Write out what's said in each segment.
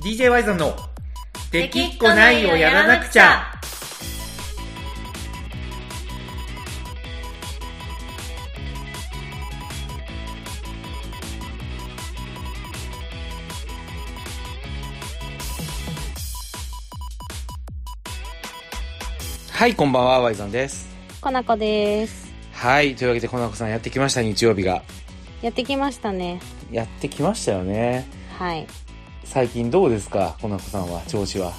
DJ ワイゾンのできっこないをやらなくちゃ。はい、こんばんは、ワイゾンです。 コナコです。 はい、というわけでコナコさんやってきました。日曜日がやってきましたね。 やってきましたよね。 はい。 最近どうですか、コナコさんは。調子は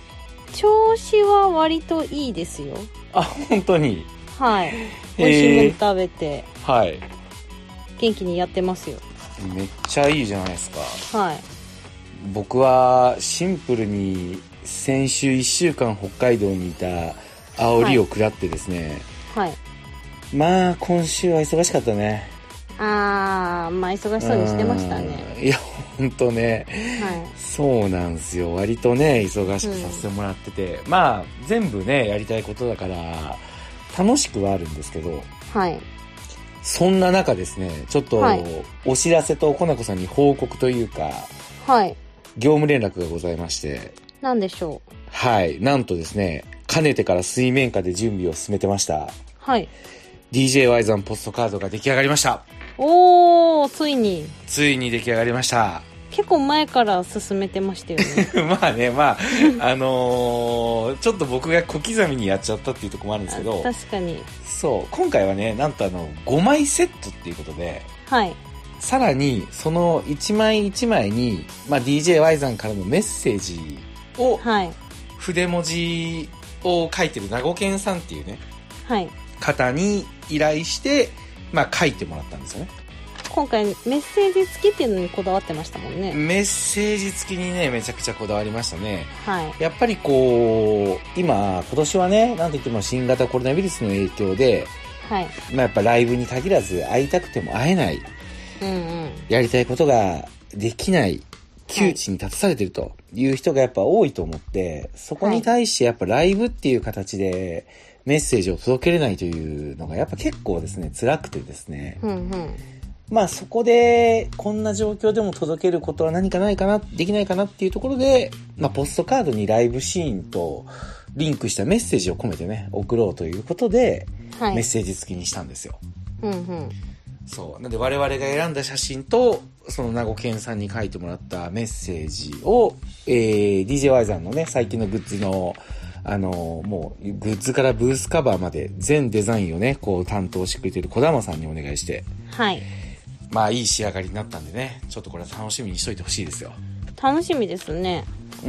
割といいですよ。 あ、本当に。 はい。美味しいもの食べて、 はい、 元気にやってますよ。 めっちゃいいじゃないですか。 はい。 僕はシンプルに先週1週間北海道にいた煽りを食らってですね、 はい。 まあ今週は忙しかったね。 まあ忙しそうにしてましたね。 いやほんとね、 はい。 そうなんですよ。割とね忙しくさせてもらってて、まあ全部ねやりたいことだから楽しくはあるんですけど、 はい。 そんな中ですね、ちょっとお知らせとコナコさんに報告というか、 はい。 業務連絡がございまして。 なんでしょう。 はい、なんとですね、かねてから水面下で準備を進めてましたはい。 DJ ワイゾンポストカードが出来上がりました。 おー、ついに出来上がりました。 結構前から進めてましたよね。 まあね、まあちょっと僕が小刻みにやっちゃったっていうところもあるんですけど、 確かに。 そう今回はね、なんと5枚セットっていうことで、 はい。 さらにその1枚1枚に、まあ、DJ ワイゾンからのメッセージを、 はい。 筆文字を書いてる名護健さんっていうね、 はい。 方に依頼して、まあ、書いてもらったんですよね。 今回メッセージ付きっていうのにこだわってましたもんね。 メッセージ付きにねめちゃくちゃこだわりましたね。 はい。 やっぱりこう今年はね、なんといっても新型コロナウイルスの影響で、 はい。 まあ、やっぱライブに限らず会いたくても会えない、 うんうん、 やりたいことができない窮地に立たされてるという人がやっぱ多いと思って、そこに対してやっぱライブっていう形でメッセージを届けれないというのがやっぱ結構ですね辛くてですね、 うんうん、 まあそこでこんな状況でも届けることは何かないかな、できないかなっていうところで、まあポストカードにライブシーンとリンクしたメッセージを込めてね送ろうということで、はい、メッセージ付きにしたんですよ。 うんうん、 そうなんで我々が選んだ写真とその名護健さんに書いてもらったメッセージを、DJ ワイザンのね最近のグッズのもうグッズからブースカバーまで全デザインをねこう担当してくれてる小玉さんにお願いして、 はい、 まあいい仕上がりになったんでね、ちょっとこれは楽しみにしといてほしいですよ。 楽しみですね。 うん、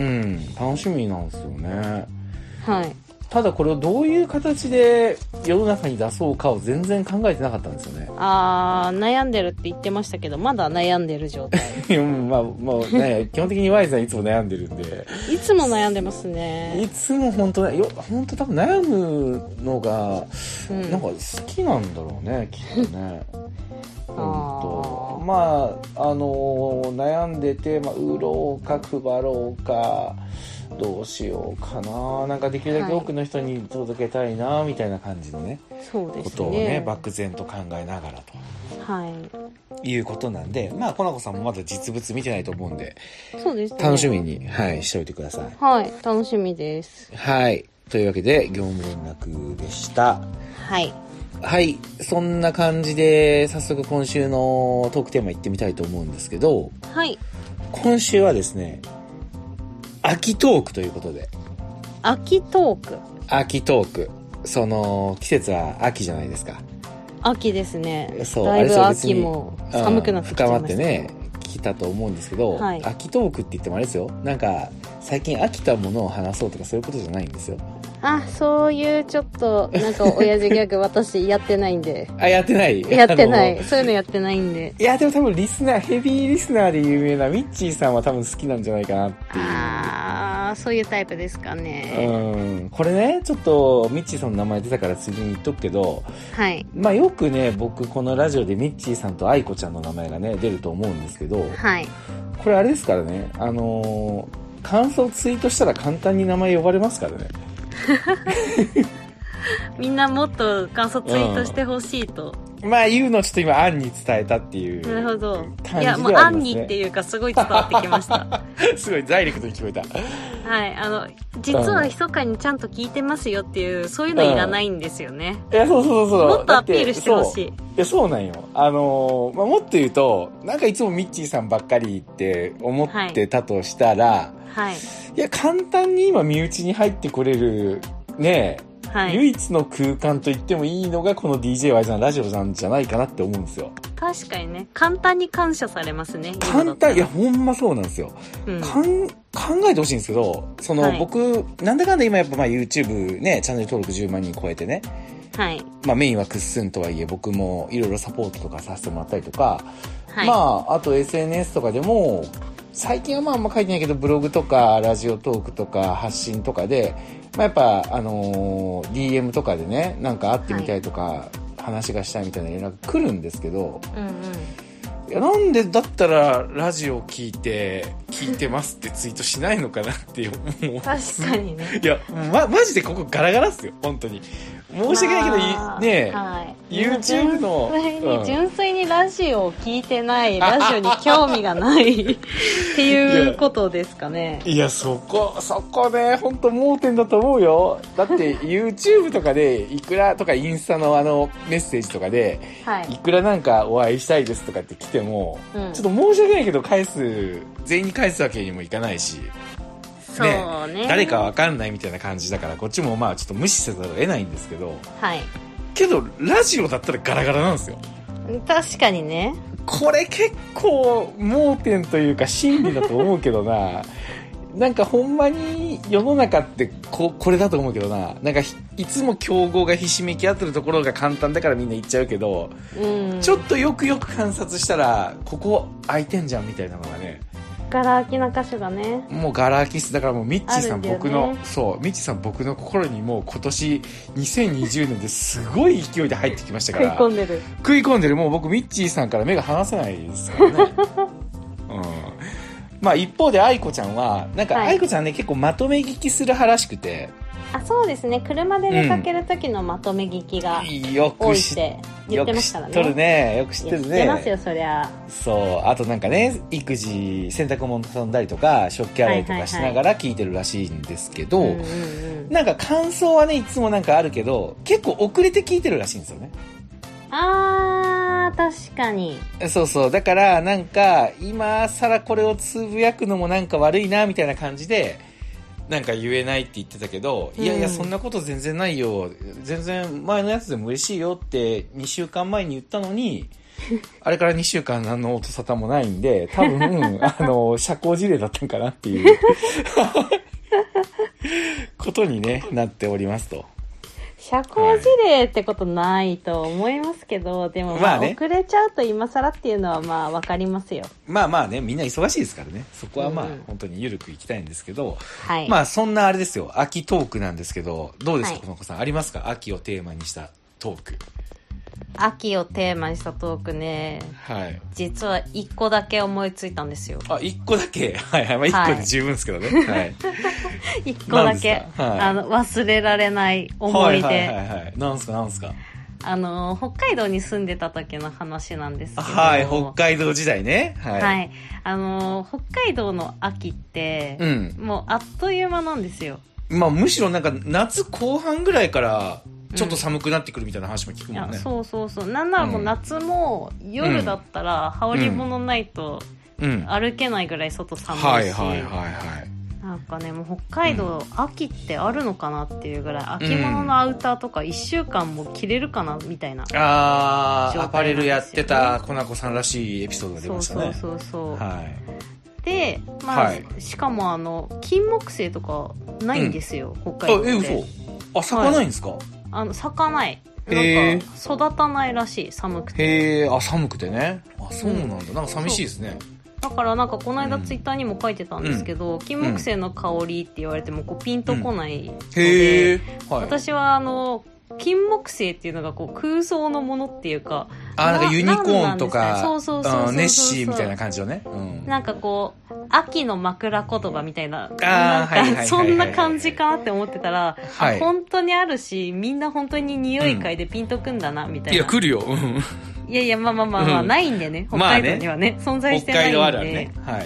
楽しみなんですよね。 はい。 ただこれをどういう形で世の中に出そうかを全然考えてなかったんですよね。 悩んでるって言ってましたけど、まだ悩んでる状態。 まあね、基本的にワイさんいつも悩んでるんで。 いつも悩んでますね。 いつも本当多分悩むのが、なんか好きなんだろうね、きっとね。まあ悩んでて、まあ、売ろうか配ろうかどうしようかな、なんかできるだけ多くの人に届けたいなみたいな感じのね、 そうですね、 ことをね漠然と考えながらと、 はい、 いうことなんで、まあコナコさんもまだ実物見てないと思うんで、 そうですね、 楽しみに、はい、しておいてください。 はい、楽しみです。 はい、というわけで業務連絡でした。 はいはい、そんな感じで早速今週のトークテーマ行ってみたいと思うんですけど、 はい、 今週はですね、秋トークということで。 秋トーク。 秋トーク。その季節は秋じゃないですか。 秋ですね。 そう、 だいぶ秋も寒くなってきちゃいました、 深まってね来たと思うんですけど、はい、秋トークって言ってもあれですよ、なんか最近飽きたものを話そうとかそういうことじゃないんですよ。 そういうちょっとなんか親父ギャグ私やってないんで。 やってない。 やってない。そういうのやってないんで。 いやでも多分ヘビーリスナーで有名なミッチーさんは多分好きなんじゃないかなっていう。 そういうタイプですかね。 これねちょっとミッチーさんの名前出たからついでに言っとくけど、 はい。 まあよくね僕このラジオでミッチーさんと愛子ちゃんの名前がね出ると思うんですけど、 はい。 これあれですからね、感想ツイートしたら簡単に名前呼ばれますからね。 みんなもっと感想ツイートしてほしいと、 まあ言うのをちょっと今アンに伝えたっていう、 なるほど。 感じではありますね。 いやもうアンにっていうかすごい伝わってきました。 すごいダイレクトに聞こえた。 はい、実は密かにちゃんと聞いてますよっていう、そういうのいらないんですよね。 いや、そう。 もっとアピールしてほしい。 いや、そうなんよ。もっと言うと、なんかいつもミッチーさんばっかりって思ってたとしたら、 はい。 いや、簡単に今身内に入ってこれる、ね、はい、唯一の空間と言ってもいいのがこの DJY さんラジオなんじゃないかなって思うんですよ。 確かにね、簡単に感謝されますね。 簡単、いや、ほんまそうなんですよ。考えてほしいんですけど、はい、僕、なんだかんだ今やっぱYouTube ね、チャンネル登録10万人超えてね、はい。メインはクッスンとはいえ、僕もいろいろサポートとかさせてもらったりとか、はい、あと SNS とかでも、最近はあんま書いてないけど、ブログとか、ラジオトークとか、発信とかで、やっぱ、DM とかでね、なんか会ってみたいとか、はい、話がしたいみたいな連絡来るんですけど、いや、なんでだったら、ラジオ聞いてますってツイートしないのかなって思う。確かにね。 いや、マジでここガラガラっすよ、本当に。申し訳ないけど、ねえ、はい、YouTube の純粋にラジオを聞いてない、ラジオに興味がないっていうことですかね。 いや、そこね、本当盲点だと思うよ。だって YouTube とかでいくらとかインスタのメッセージとかで、はい、いくらなんかお会いしたいですとかって来ても、ちょっと申し訳ないけど全員に返すわけにもいかないし。 そうね、 誰かわかんないみたいな感じだからこっちもちょっと無視せざるを得ないんですけど、 はい、 けどラジオだったらガラガラなんですよ。 確かにね。 これ結構盲点というか真理だと思うけどななんかほんまに世の中ってこれだと思うけどなんかいつも競合がひしめき合ってるところが簡単だからみんな言っちゃうけど、ちょっとよく観察したらここ空いてんじゃんみたいなのがね、 ガラ空きな箇所がね。 もうガラ空きっす。だからもうミッチーさん、僕の、ミッチーさん僕の心にもう今年2020年ですごい勢いで入ってきましたから。 食い込んでる。もう僕ミッチーさんから目が離せないですからね。一方で愛子ちゃんは、なんか愛子ちゃんね、結構まとめ聞きする派らしくて。 そうですね。車で出かける時のまとめ聞きが多いって言ってましたからね。 よく知ってるね。 知ってますよ、そりゃ。 そう。あとなんかね、洗濯物飛んだりとか、食器洗いとかしながら聞いてるらしいんですけど、なんか感想はね、いつもなんかあるけど、結構遅れて聞いてるらしいんですよね。 確かに。 そう。だから、なんか、今更これをつぶやくのもなんか悪いな、みたいな感じで、なんか言えないって言ってたけど、いやそんなこと全然ないよ、全然前のやつでも嬉しいよって2週間前に言ったのにあれから2週間何の音沙汰もないんで、多分社交辞令だったんかなっていうことに、ね、なっておりますと。 社交辞令ってことないと思いますけど、でも遅れちゃうと今更っていうのは分かりますよ。 ね、みんな忙しいですからね。そこは本当に緩くいきたいんですけど、 はい、 そんなあれですよ、秋トークなんですけど、どうですか、この子さんありますか？秋をテーマにしたトーク。 秋をテーマにしたトークね、はい、実は1個だけ思いついたんですよ。 1個だけ？はい、1個で十分ですけどね。はい。 1個だけ、忘れられない思い出。 なんすか？ 北海道に住んでた時の話なんですけど。 はい、北海道時代ね。はい。 北海道の秋って、もうあっという間なんですよ。 むしろなんか夏後半ぐらいからちょっと寒くなってくるみたいな話も聞くもんね。 そう。なんならもう夏も夜だったら羽織物ないと歩けないぐらい外寒いし。なんかね、もう北海道、秋ってあるのかなっていうぐらい、秋物のアウターとか1週間も着れるかなみたいな、 アパレルやってたコナコさんらしいエピソードが出ましたね。 そう、 はい、 で、しかも金木犀とかないんですよ、北海道って。 嘘？咲かないんですか？ 咲かない。なんか育たないらしい、寒くて。 寒くてね。そうなんだ。なんか寂しいですね。 だからなんかこの間ツイッターにも書いてたんですけど、金木犀の香りって言われてもピンとこないので、私は金木犀っていうのが空想のものっていうか、 なんかユニコーンとかネッシーみたいな感じのね、 なんか秋の枕言葉みたいな、なんかそんな感じかなって思ってたら、本当にあるし、みんな本当に匂い嗅いでピンとくんだなみたいな。 いや来るよ。いやないんでね、北海道にはね、存在してないんで。 北海道あるあるね。はい。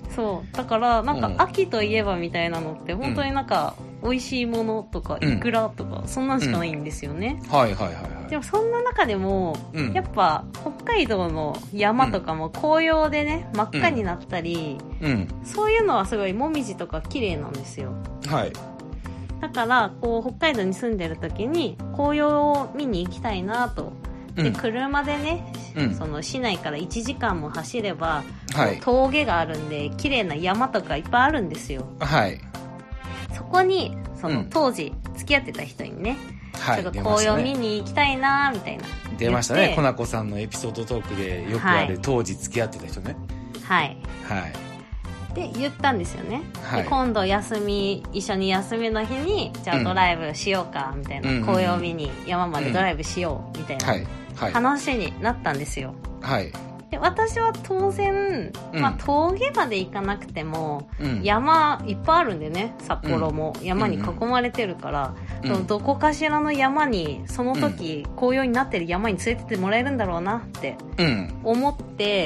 そうだからなんか秋といえばみたいなのって本当になんか美味しいものとかイクラとかそんなんしかないんですよね、 はいはいはいはい。 でもそんな中でも、やっぱ北海道の山とかも紅葉でね真っ赤になったり、そういうのはすごいもみじとか綺麗なんですよ。 はい。 だからこう北海道に住んでる時に紅葉を見に行きたいなと。で車でね、その市内から1時間も走れば、峠があるんで綺麗な山とかいっぱいあるんですよ。 はい。 そこにその当時付き合ってた人にね、ちょっと紅葉見に行きたいなみたいな出ましたね。コナコさんのエピソードトークでよくある、当時付き合ってた人ね。 はいはいで言ったんですよね、 はい、 で今度一緒に休みの日にじゃあドライブしようかみたいな、紅葉見に山までドライブしようみたいな話になったんですよ。 はい。 で私は当然、峠まで行かなくても、山いっぱいあるんでね、札幌も山に囲まれてるから、どこかしらの山にその時、紅葉になってる山に連れてってもらえるんだろうなって思って、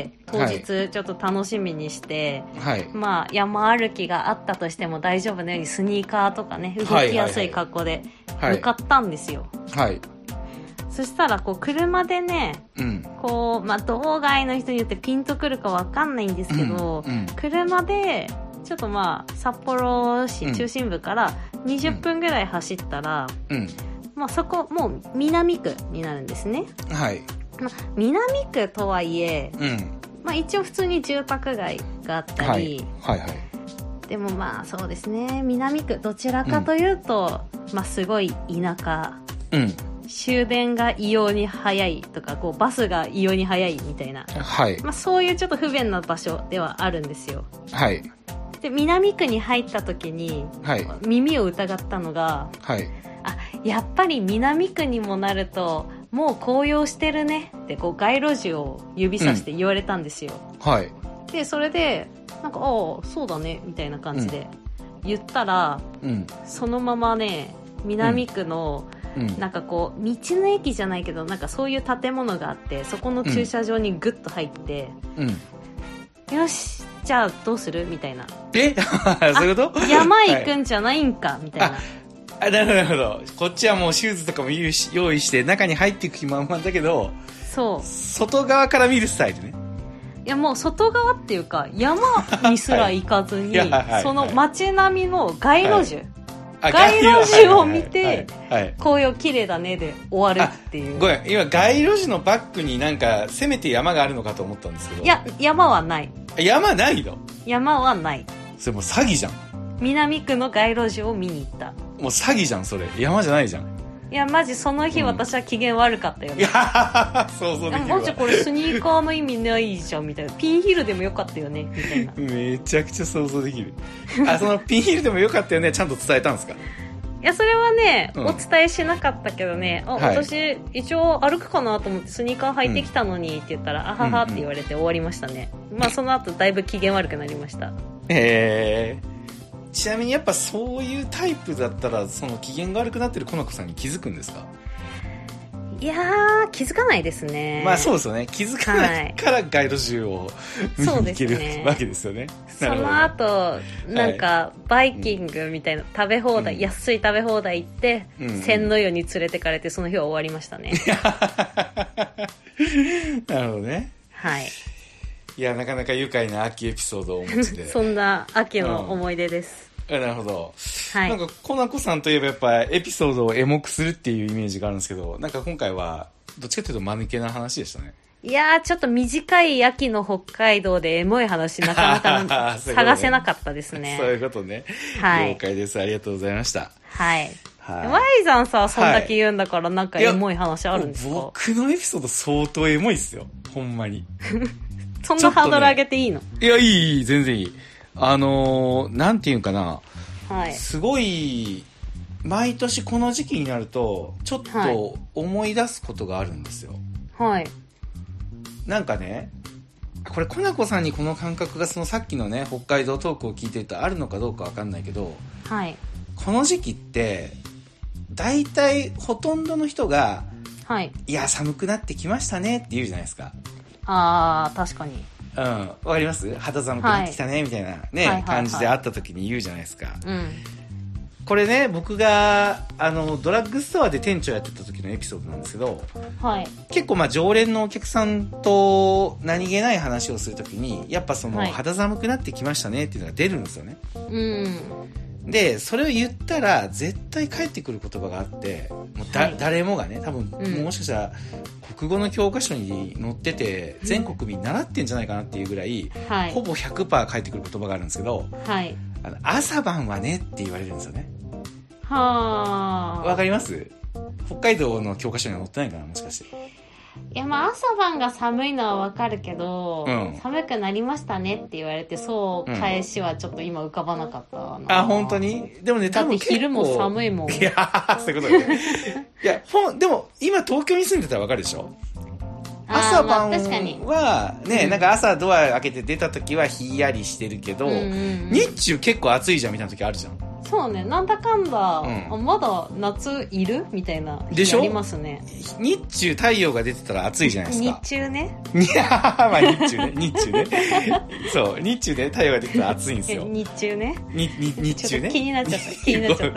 当日ちょっと楽しみにして、まあ山歩きがあったとしても大丈夫なようにスニーカーとかね、動きやすい格好で向かったんですよ。そしたらこう車でね、こう道外の人によってピンとくるかわかんないんですけど、車でちょっと札幌市中心部から20分ぐらい走ったら、そこもう南区になるんですね。南区とはいえ、一応普通に住宅街があったり、でもそうですね、南区どちらかというと、すごい田舎、終電が異様に早いとか、こうバスが異様に早いみたいな、そういうちょっと不便な場所ではあるんですよ。で南区に入った時に、耳を疑ったのが、やっぱり南区にもなるともう紅葉してるねってこう街路樹を指さして言われたんですよ。でそれでなんかそうだねみたいな感じで言ったら、そのままね南区の、なんかこう道の駅じゃないけどなんかそういう建物があって、そこの駐車場にグッと入って、よしじゃあどうするみたいな、 そういうこと山行くんじゃないんか、みたいな。 なるほど。こっちはもうシューズとかも用意して中に入っていく気満々だけど、外側から見るスタイルね。 いやもう外側っていうか山にすら行かずに、その街並みの街路樹、街路樹を見て、紅葉綺麗だねで終わるっていう。 ごめん、今街路樹のバックになんかせめて山があるのかと思ったんですけど。 いや山はない。 山ないの？ 山はない。 それもう詐欺じゃん。 南区の街路樹を見に行った。 もう詐欺じゃんそれ。山じゃないじゃん。 いやマジその日、私は機嫌悪かったよね。 いや想像できるわ。 マジこれスニーカーの意味ないじゃんみたいな。ピンヒールでもよかったよねみたいな。 めちゃくちゃ想像できる。そのピンヒールでもよかったよねちゃんと伝えたんですか？ いやそれはね、お伝えしなかったけどね、私一応歩くかなと思ってスニーカー履いてきたのにって言ったら、あははって言われて終わりましたね。その後だいぶ機嫌悪くなりました。 ちなみにやっぱそういうタイプだったらその機嫌が悪くなってるコナコさんに気づくんですか？ いやー気づかないですね。 そうですよね。気づかないから街路樹を見に行けるわけですよね。 その後なんかバイキングみたいな食べ放題、安い食べ放題行って、千の湯に連れてかれてその日は終わりましたね。 なるほどね。いやなかなか愉快な秋エピソードをお持ちで。 そんな秋の思い出です。 なるほど。なんかコナコさんといえばやっぱエピソードをエモくするっていうイメージがあるんですけど、なんか今回はどっちかというと間抜けな話でしたね。 いやーちょっと短い秋の北海道でエモい話なかなか探せなかったですね。 そういうことね。了解です。ありがとうございました。 Y さんさ、そんだけ言うんだからなんかエモい話あるんですか？ 僕のエピソード相当エモいっすよ。ほんまに。 そんなハードル上げていいの？ いや、いい、全然いい。なんていうかな。すごい、毎年この時期になると、ちょっと思い出すことがあるんですよ。なんかね、これコナコさんにこの感覚がそのさっきのね、北海道トークを聞いてるとあるのかどうかわかんないけど、この時期って、大体ほとんどの人が、いや、寒くなってきましたねって言うじゃないですか。 確かに。 わかります？肌寒くなってきたね、みたいなね、感じで会った時に言うじゃないですか。これね、僕がドラッグストアで店長やってた時のエピソードなんですけど、結構常連のお客さんと何気ない話をするときにやっぱその、肌寒くなってきましたねっていうのが出るんですよね。でそれを言ったら絶対返ってくる言葉があって、もう誰もがね、多分、もしかしたら国語の教科書に載ってて全国民習ってんじゃないかなっていうぐらい、ほぼ 100% 返ってくる言葉があるんですけど、朝晩はねって言われるんですよね。わかります？北海道の教科書には載ってないかな、もしかして。 いや、朝晩が寒いのはわかるけど、寒くなりましたねって言われて、そう返しはちょっと今浮かばなかったな。 本当に？でもね、多分だって昼も寒いもん。 いやそういうことね。いや、でも今東京に住んでたらわかるでしょ？朝晩はね、なんか朝ドア開けて出た時はひんやりしてるけど、日中結構暑いじゃんみたいな時あるじゃん。 そうね、なんだかんだ、まだ夏いるみたいな日ありますね。 日中太陽が出てたら暑いじゃないですか。 日中ね。 いや日中ね。そう、日中ね、太陽が出てたら暑いんですよ。 日中ね。 日中ね。 気になっちゃった。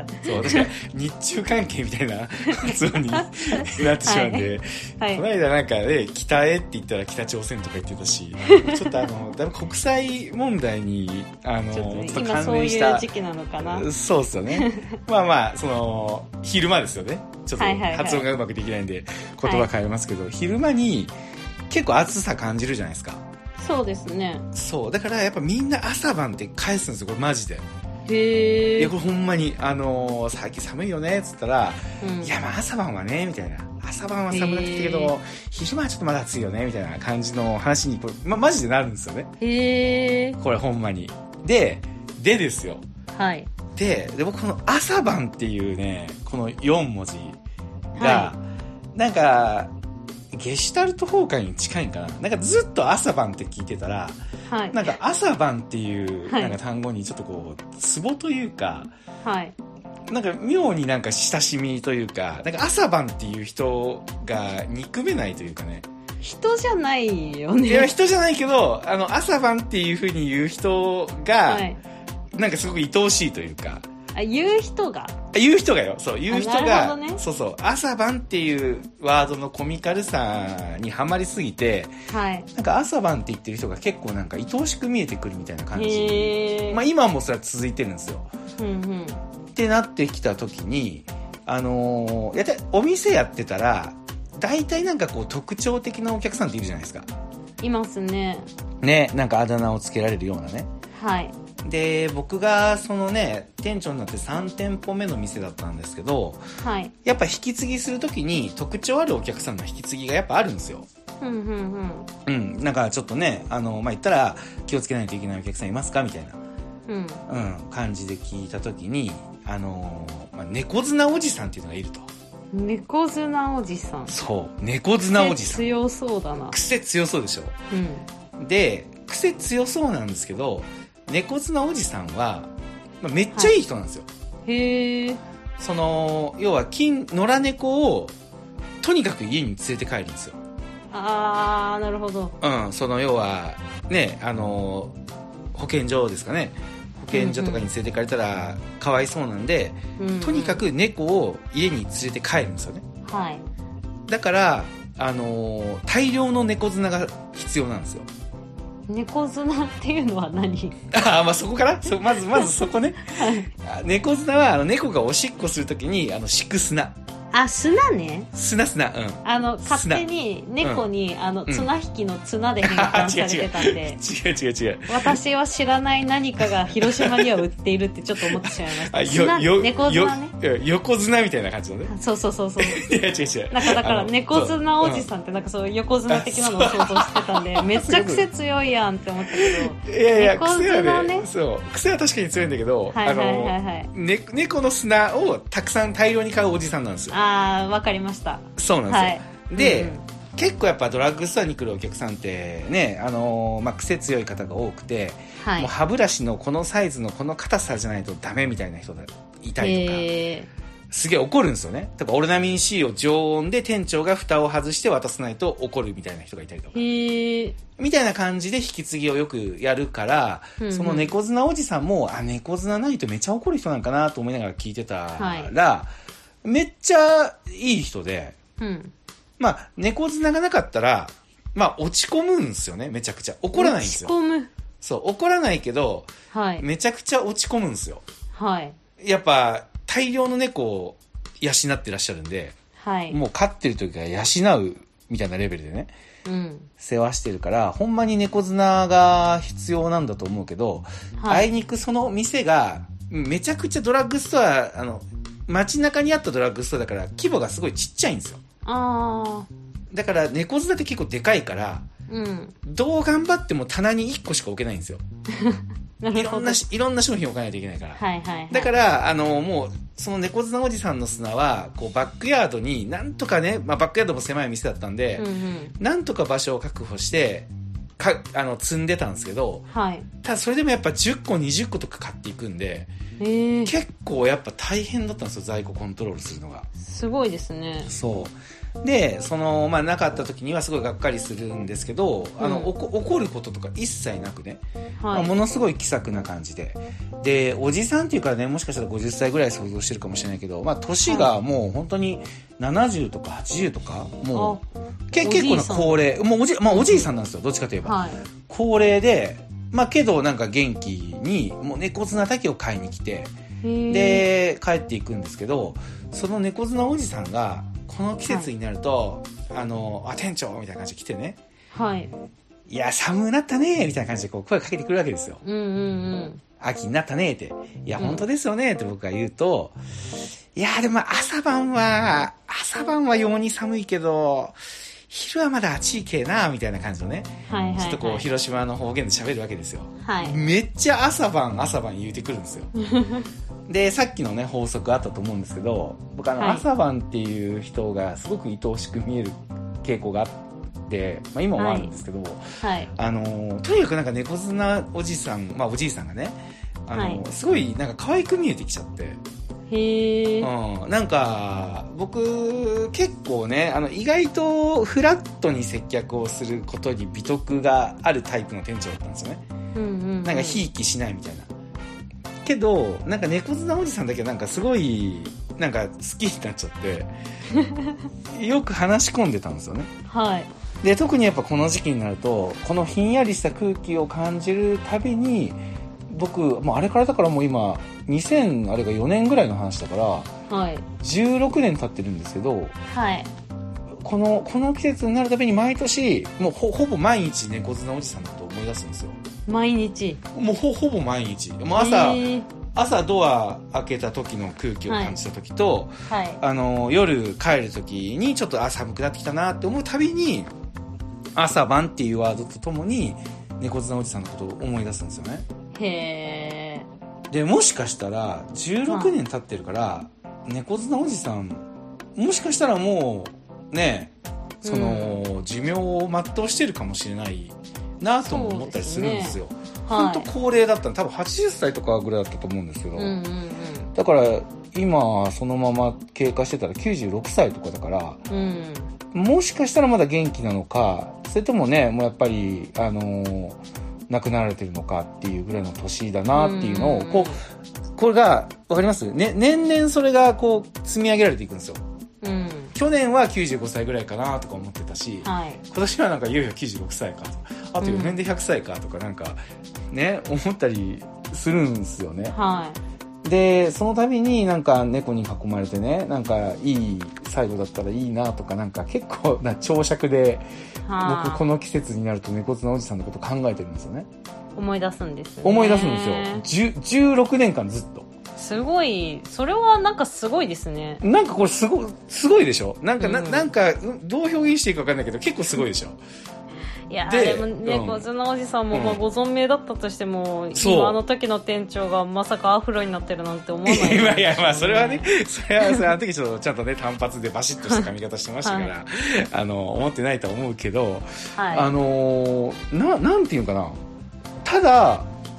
そう、私は日中関係みたいな発音になってしまうんで、この間なんかね、北へって言ったら北朝鮮とか言ってたし、ちょっとだいぶ国際問題に、ちょっと今そういう時期なのかな。 そうっすよね。その昼間ですよね。ちょっと発音がうまくできないんで言葉変えますけど、昼間に結構暑さ感じるじゃないですか。 そうですね。 そうだからやっぱみんな朝晩って返すんですよ、これマジで。 へえ。 いやこれほんまに最近寒いよねっつったら、いや朝晩はねみたいな、朝晩は寒くなってきたけど昼間はちょっとまだ暑いよねみたいな感じの話にこれ、マジでなるんですよね。 へえ。 これほんまにでですよ。で僕この朝晩っていうね、この4文字が、なんかゲシュタルト崩壊に近いんかな。なんかずっと朝晩って聞いてたら、なんか朝晩っていうなんか単語にちょっとこうツボというか、なんか妙になんか親しみというか、なんか朝晩っていう人が憎めないというかね。 人じゃないよね。 いや人じゃないけど、朝晩っていう風に言う人が、なんかすごく愛おしいというか。 言う人がよ。そう、言う人が、そうそう、朝晩っていうワードのコミカルさにハマりすぎて、なんか朝晩って言ってる人が結構なんか愛おしく見えてくるみたいな感じ。今もそれは続いてるんですよ。ってなってきた時に、お店やってたら、大体なんかこう特徴的なお客さんっているじゃないですか。 いますね。 ね、なんかあだ名をつけられるようなね。で僕がそのね店長になって3店舗目の店だったんですけど、やっぱ引き継ぎするときに特徴あるお客さんの引き継ぎがやっぱあるんですよ。なんかちょっとね言ったら気をつけないといけないお客さんいますかみたいな、感じで聞いたときに猫綱おじさんっていうのがいると。 猫綱おじさん。 そう猫綱おじさん。 強そうだな。 癖強そうでしょ。で癖強そうなんですけど、猫綱おじさんは、めっちゃいい人なんですよ。 へー。 その要は野良猫をとにかく家に連れて帰るんですよ。 なるほど。 その要はね保健所ですかね。保健所とかに連れて帰れたらかわいそうなんで、とにかく猫を家に連れて帰るんですよね。だから大量の猫綱が必要なんですよ。 猫綱っていうのは何？ そこからまずそこね。猫綱は猫がおしっこするときに敷く砂。 砂ね。 砂。 勝手に猫に綱引きの綱で変換されてたんで。 違う。 私は知らない何かが広島には売っているってちょっと思ってしまいました。猫綱ね。 横綱みたいな感じのね。 そう。 いや違う。 だから猫綱おじさんってなんかそういう横綱的なのを想像してたんで、めっちゃ癖強いやんって思ったけど。いや猫綱ね。 そう癖は確かに強いんだけど、猫の砂をたくさん大量に買うおじさんなんですよ。 わかりました。 そうなんですよ。で、結構やっぱドラッグストアに来るお客さんってね、癖強い方が多くて、もう歯ブラシのこのサイズのこの硬さじゃないとダメみたいな人がいたりとか、 すげえ怒るんですよね。とかオルナミン C を常温で店長が蓋を外して渡さないと怒るみたいな人がいたりとか。みたいな感じで引き継ぎをよくやるから、その猫綱おじさんも、猫綱ないとめっちゃ怒る人なんかなと思いながら聞いてたら、めっちゃいい人で、まあ、猫綱がなかったら、まあ、落ち込むんですよね、めちゃくちゃ。怒らないんですよ。 落ち込む。 そう、怒らないけど、めちゃくちゃ落ち込むんですよ。やっぱ、大量の猫を養ってらっしゃるんで、もう飼ってる時から養うみたいなレベルでね、世話してるから、ほんまに猫綱が必要なんだと思うけど、あいにくその店が、めちゃくちゃドラッグストア、街中にあったドラッグストアだから、規模がすごいちっちゃいんですよ。だから、猫綱って結構でかいから、どう頑張っても棚に1個しか置けないんですよ。いろんな商品を置かないといけないから。だから、もう、その猫綱おじさんの砂は、こう、バックヤードに、なんとかね、まあ、バックヤードも狭い店だったんで、なんとか場所を確保して、積んでたんですけど、ただそれでもやっぱ10個、20個とか買っていくんで、結構やっぱ大変だったんですよ、在庫コントロールするのが。 すごいですね。 そう。で、まあ、なかった時にはすごいがっかりするんですけど、怒ることとか一切なくね、まあ、ものすごい気さくな感じで。で、おじさんっていうからね、もしかしたら50歳ぐらい想像してるかもしれないけど、まあ、年がもう本当に70とか80とか、もう、結構な高齢、もうおじいさんなんですよ、どっちかといえば。高齢で、まあ、けどなんか元気に、もう猫綱だけを買いに来て、で、帰っていくんですけど、その猫綱おじさんが、この季節になると、店長みたいな感じで来てね。いや、寒くなったねみたいな感じでこう声かけてくるわけですよ。秋になったねって。いや、本当ですよねって僕が言うと、いや、でも朝晩はように寒いけど、昼はまだ暑いけなみたいな感じのね。ちょっとこう、広島の方言で喋るわけですよ。めっちゃ朝晩言うてくるんですよ。で、さっきのね、法則あったと思うんですけど、僕朝晩っていう人がすごく愛おしく見える傾向があって、まあ今もあるんですけど、とにかくなんか猫綱おじさん、まあおじいさんがね、すごいなんか可愛く見えてきちゃって、なんか、僕、結構ね、意外とフラットに接客をすることに美徳があるタイプの店長だったんですよね。なんか、ひいきしないみたいな。けど、なんか猫綱おじさんだけなんかすごい、なんか好きになっちゃって、よく話し込んでたんですよね。で、特にやっぱこの時期になると、このひんやりした空気を感じるたびに、僕、もうあれからだからもう今、2004年ぐらいの話だから、16年経ってるんですけど、この季節になるたびに毎年、もうほぼ毎日猫綱おじさんのことを思い出すんですよ。 毎日もうほぼ毎日。もう朝ドア開けた時の空気を感じた時と、夜帰る時にちょっと寒くなってきたなって思うたびに、朝晩っていうワードとともに、猫綱おじさんのことを思い出すんですよね。で、もしかしたら、16年経ってるから、猫綱おじさん、もしかしたらもう、ね、寿命を全うしてるかもしれないなとも思ったりするんですよ。本当高齢だったの、多分80歳とかぐらいだったと思うんですけど、だから今そのまま経過してたら96歳とかだから、もしかしたらまだ元気なのか、それともね、もうやっぱり亡くなられてるのかっていうぐらいの年だなっていうのを、これがわかります？ね、年々それがこう積み上げられていくんですよ。去年は95歳ぐらいかなとか思ってたし、今年はなんかいよいよ96歳かと、あと4年で100歳かとかなんかね、思ったりするんですよね。で、その度になんか猫に囲まれてね、なんかいい最後だったらいいなとか、なんか結構な長尺で、僕この季節になると猫綱おじさんのこと考えてるんですよね。 思い出すんですね。 思い出すんですよ。16年間ずっと。 すごい、それはなんかすごいですね。 なんかこれすごいでしょ？なんか、なんか、どう表現していいか分かんないけど、結構すごいでしょ？ いやでも猫綱おじさんもまあご存命だったとしても、今の時の店長がまさかアフロになってるなんて思わない。 いや、まあそれはね、それはあの時ちょっとちゃんとね、単発でバシッとした髪型してましたから、思ってないとは思うけど、なんていうかな。ただ、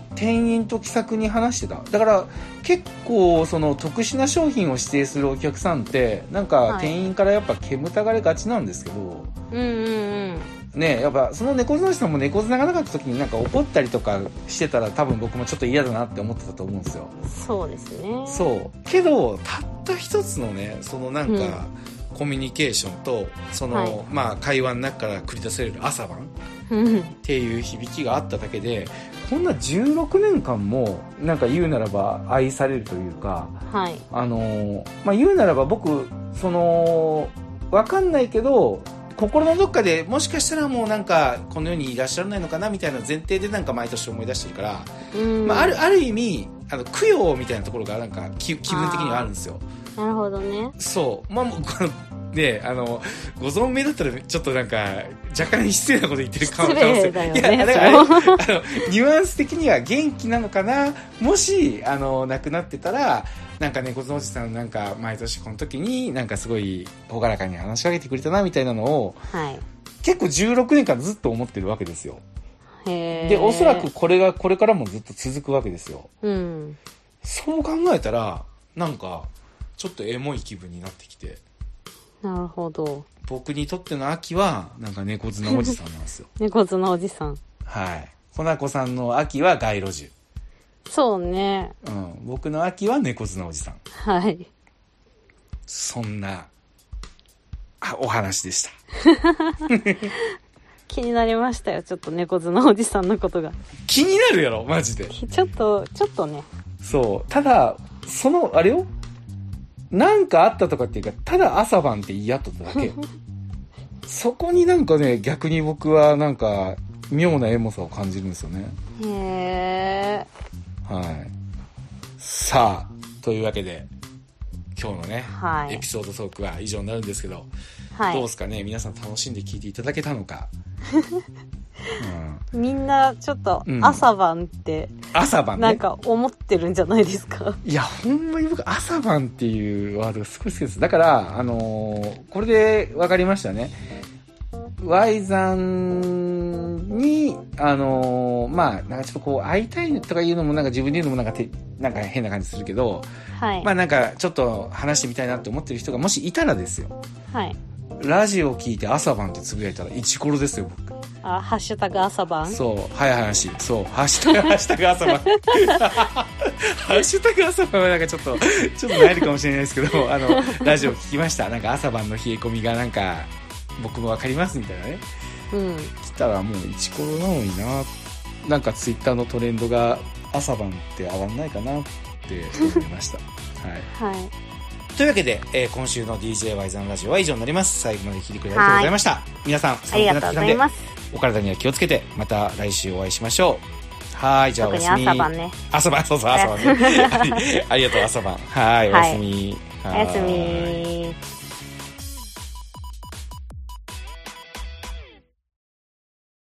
店員と気さくに話してた。だから結構その特殊な商品を指定するお客さんってなんか店員からやっぱ煙たがれがちなんですけど、ね、やっぱその猫綱さんも猫綱がなかった時になんか怒ったりとかしてたら多分僕もちょっと嫌だなって思ってたと思うんですよ。 そうですね。 そうけどたった一つのねそのなんか、コミュニケーションとその、まあ、会話の中から繰り出される朝晩っていう響きがあっただけでこんな16年間もなんか言うならば愛されるというか、まあ、言うならば僕その分かんないけど心のどっかでもしかしたらもうなんかこの世にいらっしゃらないのかなみたいな前提でなんか毎年思い出してるから、まあ、ある意味供養みたいなところがなんか気分的にはあるんですよ。 なるほどね。そうまあでご存命だったらちょっとなんか若干失礼なこと言ってるかもしれない。 失礼だよね。 いやだからニュアンス的には元気なのかな。もし亡くなってたらなんか猫のおじさんなんか毎年この時になんかすごい朗らかに話しかけてくれたなみたいなのを、結構16年間ずっと思ってるわけですよ。でおそらくこれからもずっと続くわけですよ。そう考えたらなんかちょっとエモい気分になってきて。 なるほど。 僕にとっての秋はなんか猫綱おじさんなんですよ。 猫綱おじさん。 はい。コナコさんの秋は街路樹。 そうね。 僕の秋は猫綱おじさん。 はい。 そんなお話でした。 気になりましたよ。ちょっと猫綱おじさんのことが。 気になるやろマジで。 ちょっとね。 そう。ただあれよ。なんかあったとかっていうかただ朝晩って嫌だっただけ。そこになんかね逆に僕はなんか妙なエモさを感じるんですよね。 へー。はい。さあというわけで今日のね、エピソードトークは以上になるんですけど、どうですかね皆さん楽しんで聞いていただけたのか。 みんなちょっと朝晩って、 朝晩ねなんか思ってるんじゃないですか。 いやほんまに僕朝晩っていうワードがすごい好きです。だからこれで分かりましたね。Y さんにまあなんかちょっとこう会いたいとかいうのもなんか自分で言うのもなんか変な感じするけど、まあなんかちょっと話してみたいなって思ってる人がもしいたらですよ。ラジオを聞いて朝晩ってつぶやいたらイチコロですよ僕。 ハッシュタグ朝晩。 そう早い話。そうハッシュタグ朝晩。ハッシュタグ朝晩はなんかちょっと慣れるかもしれないですけどラジオ聞きました。なんか朝晩の冷え込みがなんか僕もわかりますみたいなね。来たらもうイチコロなのにな。なんかツイッターのトレンドが朝晩って上がんないかなって思いました。はい。というわけで、今週の DJY さんラジオは以上になります。最後まで聞いてくれてありがとうございました。皆さんありがとうございます。 お体には気をつけてまた来週お会いしましょう。はい、じゃあおやすみ。 朝晩ね。 朝晩、そうそう朝晩ね。ありがとう朝晩。はい、おやすみ。 おやすみ。